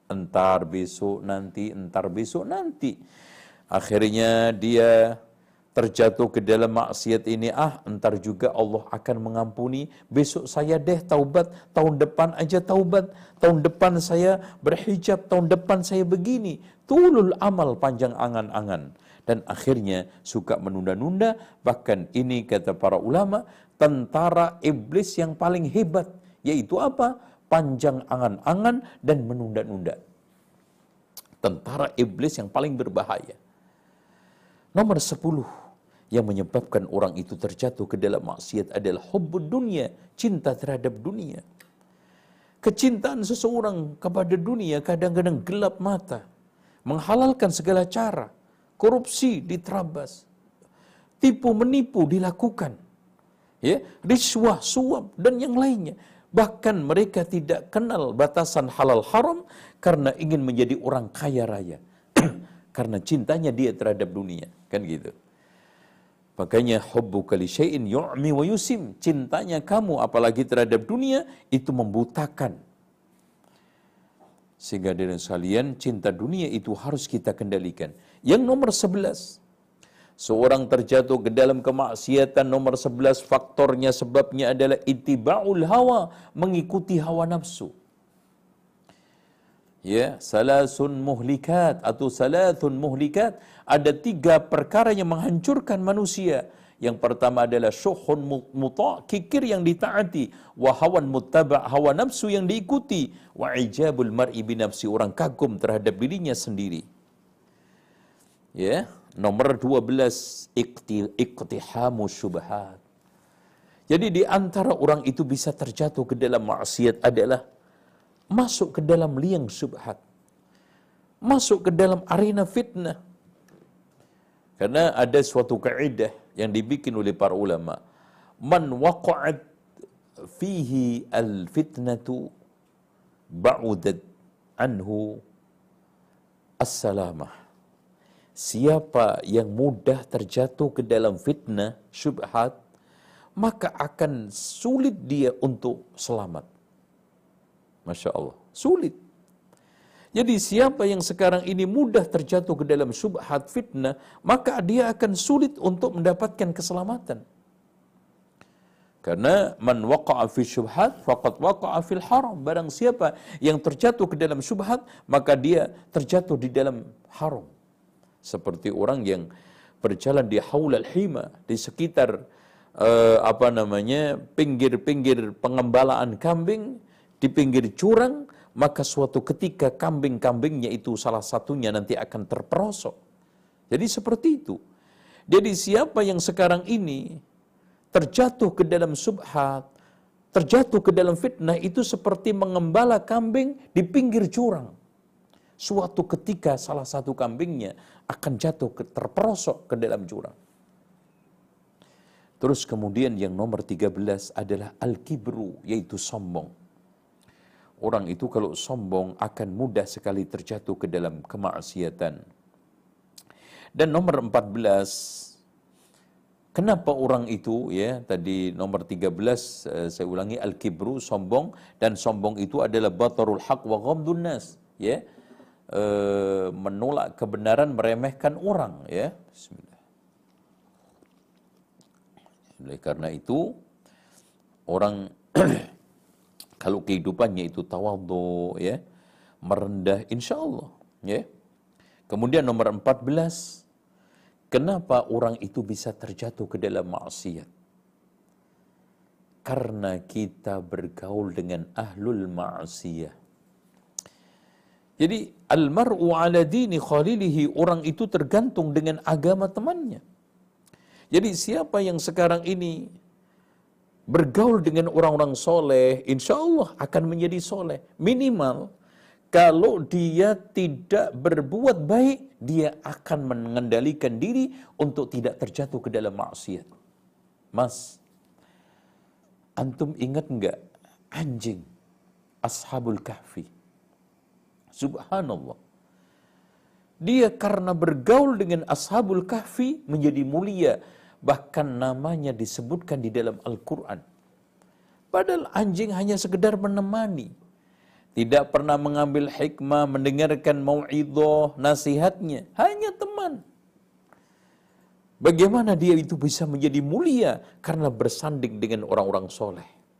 Entar besok nanti, entar besok nanti. Akhirnya dia terjatuh ke dalam maksiat ini, ah entar juga Allah akan mengampuni, besok saya deh taubat, tahun depan aja taubat, tahun depan saya berhijab, tahun depan saya begini. Tulul amal, panjang angan-angan. Dan akhirnya suka menunda-nunda, bahkan ini kata para ulama, tentara iblis yang paling hebat, yaitu apa? Panjang angan-angan dan menunda-nunda. Tentara iblis yang paling berbahaya. Nomor sepuluh yang menyebabkan orang itu terjatuh ke dalam maksiat adalah hubbud dunia, cinta terhadap dunia. Kecintaan seseorang kepada dunia kadang-kadang gelap mata, menghalalkan segala cara, korupsi diterabas, tipu menipu dilakukan, ya, riswah, suap dan yang lainnya. Bahkan mereka tidak kenal batasan halal haram karena ingin menjadi orang kaya raya. Karena cintanya dia terhadap dunia, kan gitu. Makanya hubbuka li syai'in yu'mi wa yusim, cintanya kamu apalagi terhadap dunia itu membutakan. Sehingga dengan sekalian cinta dunia itu harus kita kendalikan. Yang nomor sebelas, seorang terjatuh ke dalam kemaksiatan nomor sebelas, faktornya sebabnya adalah ittiba'ul hawa, mengikuti hawa nafsu. Ya, salasun muhlikat atau salasun muhlikat, ada tiga perkara yang menghancurkan manusia. Yang pertama adalah syuhun muta', kikir yang ditaati, wa hawan muttaba', hawa nafsu yang diikuti, wa ijabul mar'i binafsi, orang kagum terhadap dirinya sendiri. Ya, nomor dua belas, iqtihamu syubhat. Jadi di antara orang itu bisa terjatuh ke dalam maksiat adalah masuk ke dalam liang syubhat, masuk ke dalam arena fitnah. Karena ada suatu kaidah yang dibikin oleh para ulama, man waqa'at fihi al-fitnatu ba'udat anhu as-salamah. Siapa yang mudah terjatuh ke dalam fitnah syubhat, maka akan sulit dia untuk selamat. Masya Allah, sulit. Jadi siapa yang sekarang ini mudah terjatuh ke dalam syubhat fitnah, maka dia akan sulit untuk mendapatkan keselamatan. Karena man waqa'a fi syubhat faqad waqa'a fil haram. Barang siapa yang terjatuh ke dalam syubhat, maka dia terjatuh di dalam haram. Seperti orang yang berjalan di haulal hima, di sekitar uh, apa namanya pinggir-pinggir pengembalaan kambing, di pinggir jurang, maka suatu ketika kambing-kambingnya itu salah satunya nanti akan terperosok. Jadi seperti itu. Jadi siapa yang sekarang ini terjatuh ke dalam subhat, terjatuh ke dalam fitnah, itu seperti mengembala kambing di pinggir jurang. Suatu ketika salah satu kambingnya akan jatuh ke, terperosok ke dalam jurang. Terus kemudian yang nomor tiga belas adalah al-kibru, yaitu sombong. Orang itu kalau sombong akan mudah sekali terjatuh ke dalam kemaksiatan. Dan nomor empat belas, kenapa orang itu, ya tadi nomor tiga belas, eh, saya ulangi, al-kibru, sombong, dan sombong itu adalah batarul haq wa ghamdun nas, ya, eh, menolak kebenaran, meremehkan orang, ya. Bismillah. Oleh karena itu orang kalau kehidupannya itu tawadhu, ya, merendah, insya Allah, ya. Kemudian nomor empat belas, kenapa orang itu bisa terjatuh ke dalam maksiat? Karena kita bergaul dengan ahlul ma'siyah. Jadi al-mar'u ala dini khalilihi, orang itu tergantung dengan agama temannya. Jadi siapa yang sekarang ini bergaul dengan orang-orang soleh, insya Allah akan menjadi soleh. Minimal, kalau dia tidak berbuat baik, dia akan mengendalikan diri untuk tidak terjatuh ke dalam maksiat. Mas, antum ingat enggak anjing Ashabul Kahfi? Subhanallah. Dia karena bergaul dengan Ashabul Kahfi menjadi mulia. Bahkan namanya disebutkan di dalam Al-Quran. Padahal anjing hanya sekedar menemani. Tidak pernah mengambil hikmah, mendengarkan mau'idhah, nasihatnya. Hanya teman. Bagaimana dia itu bisa menjadi mulia? Karena bersanding dengan orang-orang soleh.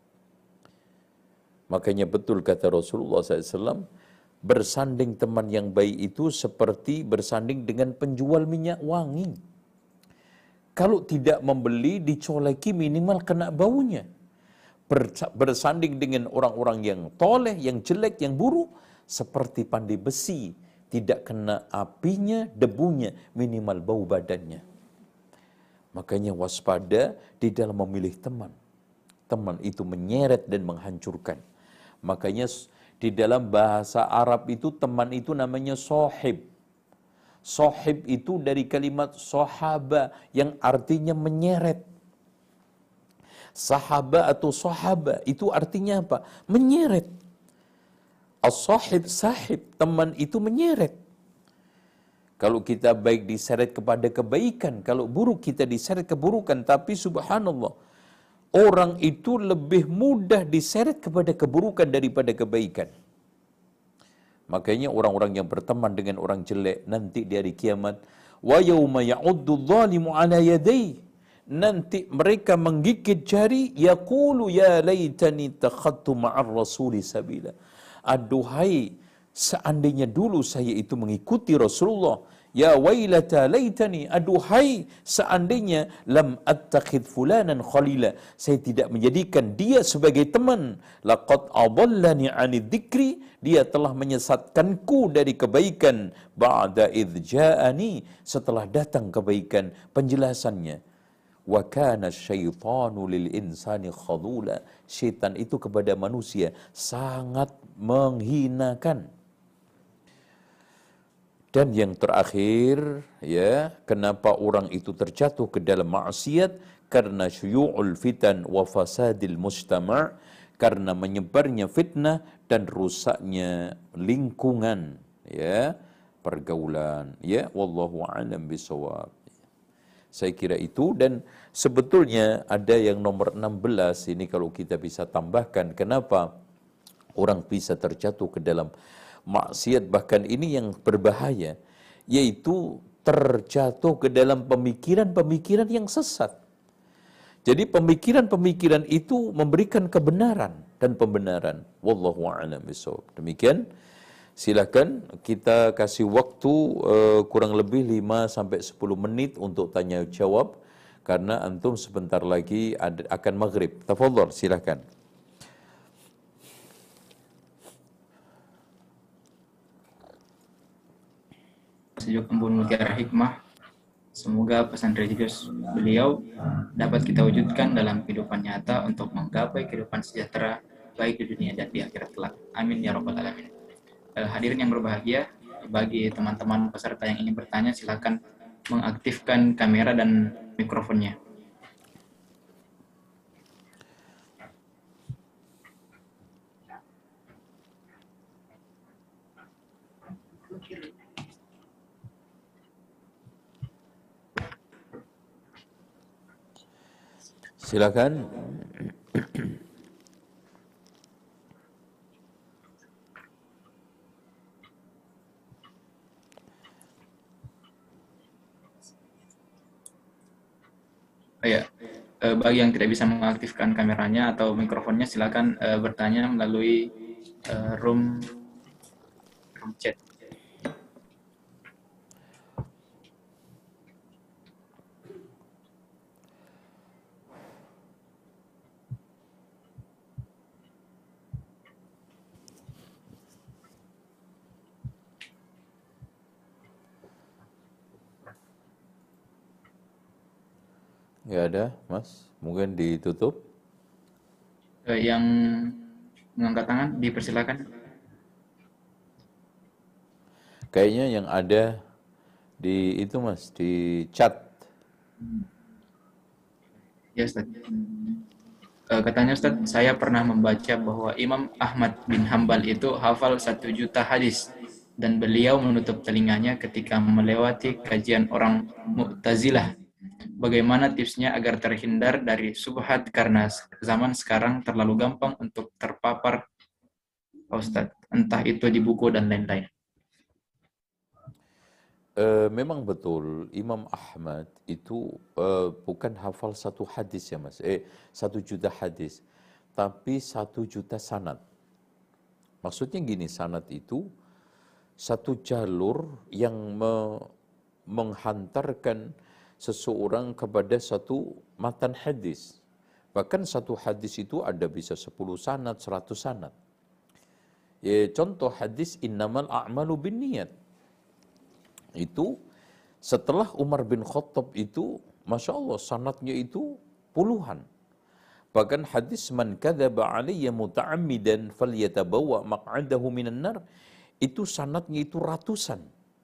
Makanya betul kata Rasulullah shallallahu alaihi wasallam, bersanding teman yang baik itu seperti bersanding dengan penjual minyak wangi. Kalau tidak membeli, dicoleki minimal kena baunya. Bersanding dengan orang-orang yang toleh, yang jelek, yang buruk, seperti pandai besi. Tidak kena apinya, debunya, minimal bau badannya. Makanya waspada di dalam memilih teman. Teman itu menyeret dan menghancurkan. Makanya di dalam bahasa Arab itu teman itu namanya sohib. Sohib itu dari kalimat sohaba yang artinya menyeret. Sahaba atau sohaba itu artinya apa? Menyeret. As-sohib, sahib, teman itu menyeret. Kalau kita baik diseret kepada kebaikan, kalau buruk kita diseret keburukan. Tapi subhanallah, orang itu lebih mudah diseret kepada keburukan daripada kebaikan. Makanya orang-orang yang berteman dengan orang jelek nanti di hari kiamat, wa yauma ya'uddu dhalimu ala yadayhi, nanti mereka menggigit jari, yaqulu ya laitani takhadtu ma'ar rasuli sabila. Aduhai, seandainya dulu saya itu mengikuti Rasulullah. Ya wailata laitani, aduhai seandainya lam attakhid fulanan khalila, saya tidak menjadikan dia sebagai teman. Laqad adallani 'anid dzikri, dia telah menyesatkanku dari kebaikan. Ba'da idz ja'ani, setelah datang kebaikan penjelasannya. Wa kana syaitanu lil insani khadula, syaitan itu kepada manusia sangat menghinakan. Dan yang terakhir, ya, kenapa orang itu terjatuh ke dalam maksiat? Karena syuyu'ul fitan wa fasadil mujtama', karena menyebarnya fitnah dan rusaknya lingkungan, ya, pergaulan, ya, wallahu a'lam bishawab. Saya kira itu. Dan sebetulnya ada yang nomor enam belas ini kalau kita bisa tambahkan, kenapa orang bisa terjatuh ke dalam maksiat, bahkan ini yang berbahaya, yaitu terjatuh ke dalam pemikiran-pemikiran yang sesat. Jadi pemikiran-pemikiran itu memberikan kebenaran dan pembenaran. Wallahu a'lam bishawab. Demikian. Silakan kita kasih waktu uh, kurang lebih lima sampai sepuluh menit untuk tanya jawab, karena antum sebentar lagi ad, akan maghrib. Tafadhol, silakan. Sejuk embun mutiara hikmah. Semoga pesan religius beliau dapat kita wujudkan dalam kehidupan nyata untuk menggapai kehidupan sejahtera baik di dunia dan di akhirat kelak. Amin ya rabbal alamin. Eh, hadirin yang berbahagia, bagi teman-teman peserta yang ingin bertanya, silakan mengaktifkan kamera dan mikrofonnya. Silakan. Oh ya, eh, bagi yang tidak bisa mengaktifkan kameranya atau mikrofonnya, silakan eh, bertanya melalui eh, room room chat. Nggak ada, Mas. Mungkin ditutup. Eh, yang mengangkat tangan dipersilakan. Kayaknya yang ada di itu, Mas, di chat. Ya, Ustaz. Eh, katanya Ustaz, saya pernah membaca bahwa Imam Ahmad bin Hambal itu hafal satu juta hadis, dan beliau menutup telinganya ketika melewati kajian orang Mu'tazilah. Bagaimana tipsnya agar terhindar dari subhat, karena zaman sekarang terlalu gampang untuk terpapar, Ustaz, entah itu di buku dan lain-lain. Uh, memang betul Imam Ahmad itu uh, bukan hafal satu hadis ya mas, eh satu juta hadis, tapi satu juta sanad. Maksudnya gini, sanad itu satu jalur yang me menghantarkan seseorang kepada satu matan hadis. Bahkan satu hadis itu ada bisa sepuluh sanad, seratus sanad. Ya, contoh hadis innamal a'malu binniyat. Itu setelah Umar bin Khattab itu, Masya Allah, sanadnya itu puluhan. Bahkan hadis man kadzaba alayya muta'ammidan falyatabawa maq'adahu minan nar, itu sanadnya itu ratusan.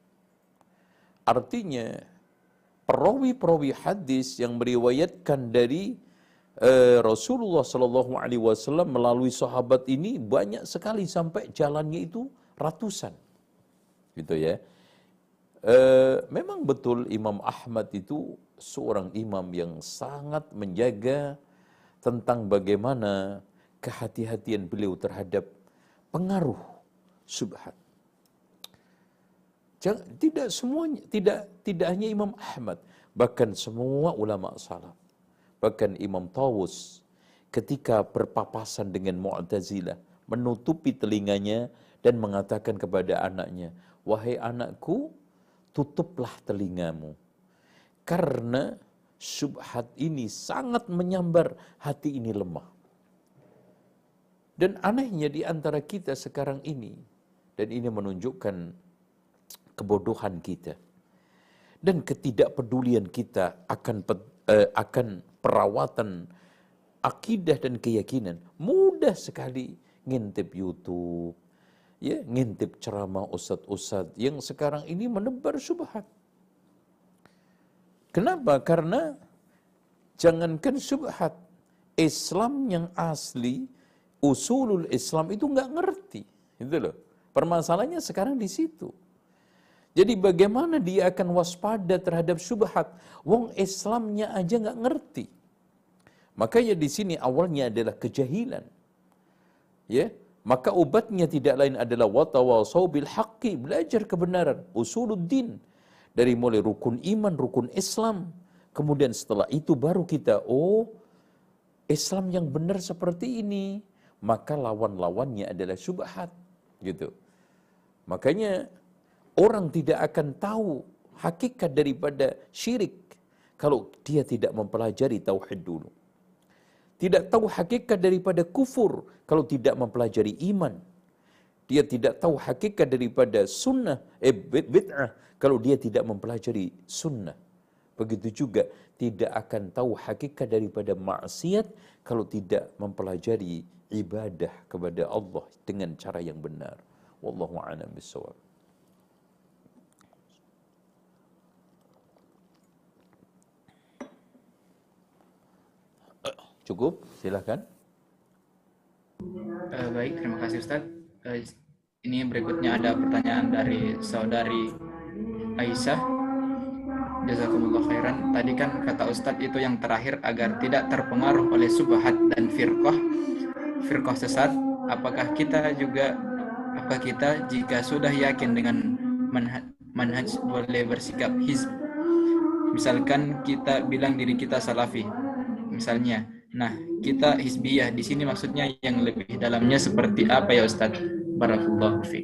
Artinya perawi-perawi hadis yang meriwayatkan dari uh, Rasulullah Shallallahu Alaihi Wasallam melalui sahabat ini banyak sekali sampai jalannya itu ratusan, gitu ya. Uh, memang betul Imam Ahmad itu seorang imam yang sangat menjaga tentang bagaimana kehati-hatian beliau terhadap pengaruh syubhat. Tidak semuanya, tidak tidak hanya Imam Ahmad, bahkan semua ulama salaf. Bahkan Imam Tawus ketika berpapasan dengan Mu'tazilah menutupi telinganya dan mengatakan kepada anaknya, wahai anakku, tutuplah telingamu, karena syubhat ini sangat menyambar, hati ini lemah. Dan anehnya di antara kita sekarang ini, dan ini menunjukkan kebodohan kita dan ketidakpedulian kita akan eh, akan perawatan akidah dan keyakinan, mudah sekali ngintip YouTube, ya, ngintip ceramah ustadz-ustadz yang sekarang ini menebar syubhat. Kenapa? Karena jangankan syubhat, Islam yang asli, usulul Islam itu nggak ngerti, itu loh. Permasalahannya sekarang di situ. Jadi bagaimana dia akan waspada terhadap syubhat? Wong Islamnya aja nggak ngerti. Makanya di sini awalnya adalah kejahilan, ya. Maka obatnya tidak lain adalah watawasau bil haqqi, belajar kebenaran, usuluddin, dari mulai rukun iman, rukun Islam. Kemudian setelah itu baru kita, oh Islam yang benar seperti ini. Maka lawan-lawannya adalah syubhat, gitu. Makanya orang tidak akan tahu hakikat daripada syirik kalau dia tidak mempelajari tauhid dulu. Tidak tahu hakikat daripada kufur kalau tidak mempelajari iman. Dia tidak tahu hakikat daripada sunnah, eh, bid'ah, kalau dia tidak mempelajari sunnah. Begitu juga tidak akan tahu hakikat daripada maksiat kalau tidak mempelajari ibadah kepada Allah dengan cara yang benar. Wallahu a'lam bishawab. Cukup, silakan. Uh, baik, terima kasih Ustadz. Uh, ini berikutnya ada pertanyaan dari saudari Aisyah. Jazakumullah khairan. Tadi kan kata Ustadz itu yang terakhir agar tidak terpengaruh oleh subhat dan firqah, firqah sesat. Apakah kita juga, apakah kita jika sudah yakin dengan manhaj, manhaj boleh bersikap hizb? Misalkan kita bilang diri kita salafi, misalnya. Nah, kita hizbiyah di sini maksudnya yang lebih dalamnya seperti apa ya Ustaz? Barakallahu fiik.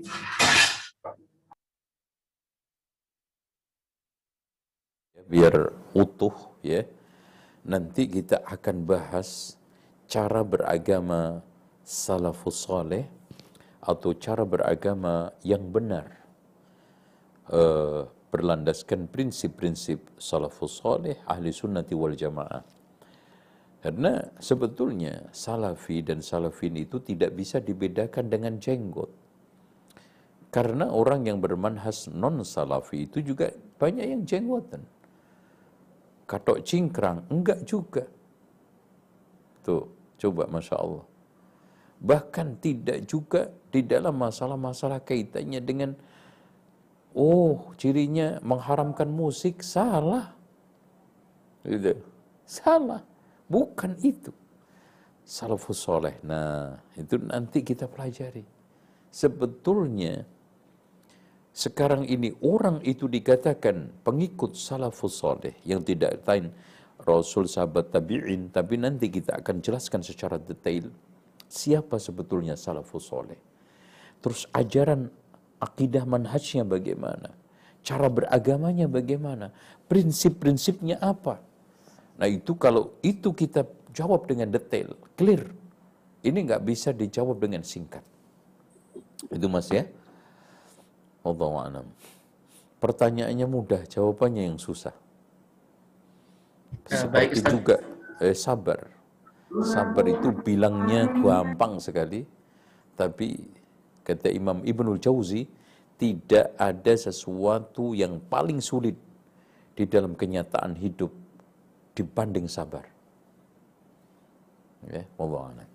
Biar utuh ya. Nanti kita akan bahas cara beragama salafus saleh atau cara beragama yang benar. Uh, berlandaskan prinsip-prinsip salafus saleh, ahli sunnati wal jamaah. Karena sebetulnya salafi dan salafin itu tidak bisa dibedakan dengan jenggot. Karena orang yang bermanhaj non-salafi itu juga banyak yang jenggotan. Katok cingkrang, enggak juga. Tuh, coba Masya Allah. Bahkan tidak juga di dalam masalah-masalah kaitannya dengan, oh cirinya mengharamkan musik, salah. Gitu. Salah. Bukan itu salafus soleh. Nah, itu nanti kita pelajari. Sebetulnya Sekarang ini orang itu dikatakan pengikut salafus saleh yang tidak lain Rasul, sahabat tabi'in, tapi nanti kita akan jelaskan secara detail siapa sebetulnya salafus saleh. Terus ajaran akidah manhajnya bagaimana? Cara beragamanya bagaimana? Prinsip-prinsipnya apa? Nah itu kalau itu kita jawab dengan detail, clear. Ini nggak bisa dijawab dengan singkat. Itu Mas ya. Wallahu a'lam. Pertanyaannya mudah, jawabannya yang susah. Uh, baik, Seperti Ustaz. juga eh, sabar. Sabar itu bilangnya gampang sekali, tapi kata Imam Ibnul Jauzi, tidak ada sesuatu yang paling sulit di dalam kenyataan hidup dibanding sabar. Ya, wallahu a'lam.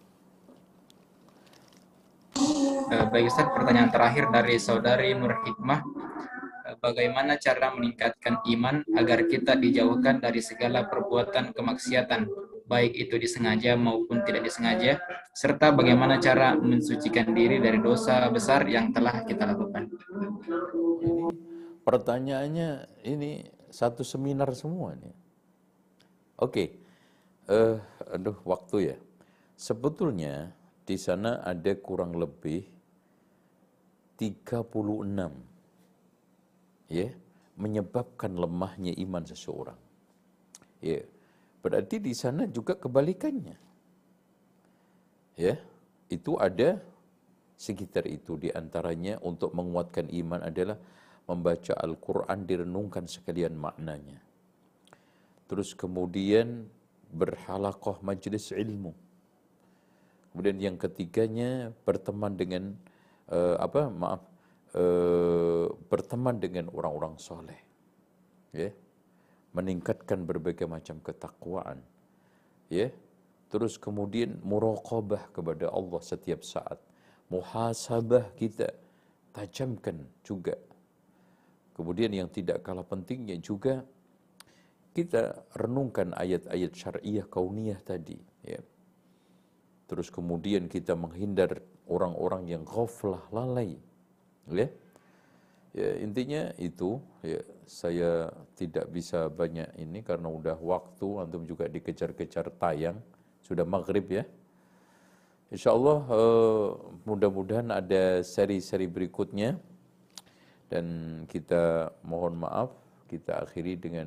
Uh, baik Ustaz, pertanyaan terakhir dari saudari Nur Hikmah. Uh, bagaimana cara meningkatkan iman agar kita dijauhkan dari segala perbuatan kemaksiatan, baik itu disengaja maupun tidak disengaja, serta bagaimana cara mensucikan diri dari dosa besar yang telah kita lakukan? Ini pertanyaannya ini satu seminar semua nih. Oke, uh, aduh waktu ya. Sebetulnya di sana ada kurang lebih tiga puluh enam ya, menyebabkan lemahnya iman seseorang. Ya, berarti di sana juga kebalikannya. Ya, itu ada sekitar itu. Di antaranya untuk menguatkan iman adalah membaca Al-Quran, direnungkan sekalian maknanya. Terus kemudian berhalaqah majelis ilmu. Kemudian yang ketiganya berteman dengan uh, apa maaf uh, berteman dengan orang-orang soleh, ya, meningkatkan berbagai macam ketakwaan, ya. Terus kemudian muraqabah kepada Allah setiap saat, muhasabah kita tajamkan juga. Kemudian yang tidak kalah pentingnya juga kita renungkan ayat-ayat syariah kauniyah tadi, ya. Terus kemudian kita menghindar orang-orang yang ghaflah, lalai. Ya. Ya, intinya itu, ya, saya tidak bisa banyak ini karena udah waktu, antum juga dikejar-kejar tayang, sudah maghrib ya. Insyaallah eh, mudah-mudahan ada seri-seri berikutnya, dan kita mohon maaf, kita akhiri dengan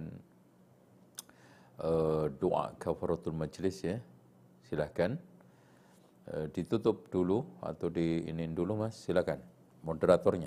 eh, doa kafaratul majlis ya. Silakan. Uh, ditutup dulu atau diinin dulu Mas, silakan moderatornya.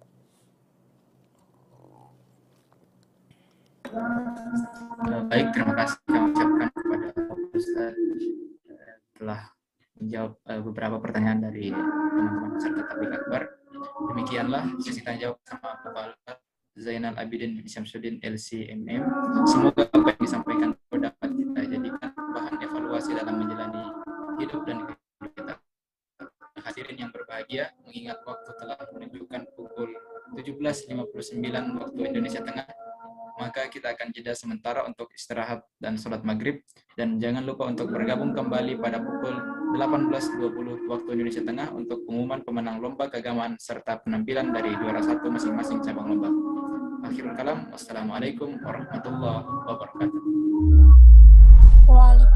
Uh, baik, terima kasih kami ucapkan kepada Ustaz uh, telah menjawab uh, beberapa pertanyaan dari teman-teman peserta Tabligh Akbar. Demikianlah sesi tanya jawab sama Bapak Zainal Abidin bin Syamsuddin L C M M. Semoga apa yang disampaikan dapat kita jadikan bahan evaluasi dalam menjalani hidup dan kita. Hadirin yang berbahagia, mengingat waktu telah menunjukkan pukul tujuh belas lima puluh sembilan waktu Indonesia Tengah, maka kita akan jeda sementara untuk istirahat dan sholat maghrib, dan jangan lupa untuk bergabung kembali pada pukul delapan belas dua puluh waktu Indonesia Tengah untuk pengumuman pemenang lomba keagamaan serta penampilan dari juara satu masing-masing cabang lomba. Akhirul kalam, wassalamualaikum warahmatullahi wabarakatuh.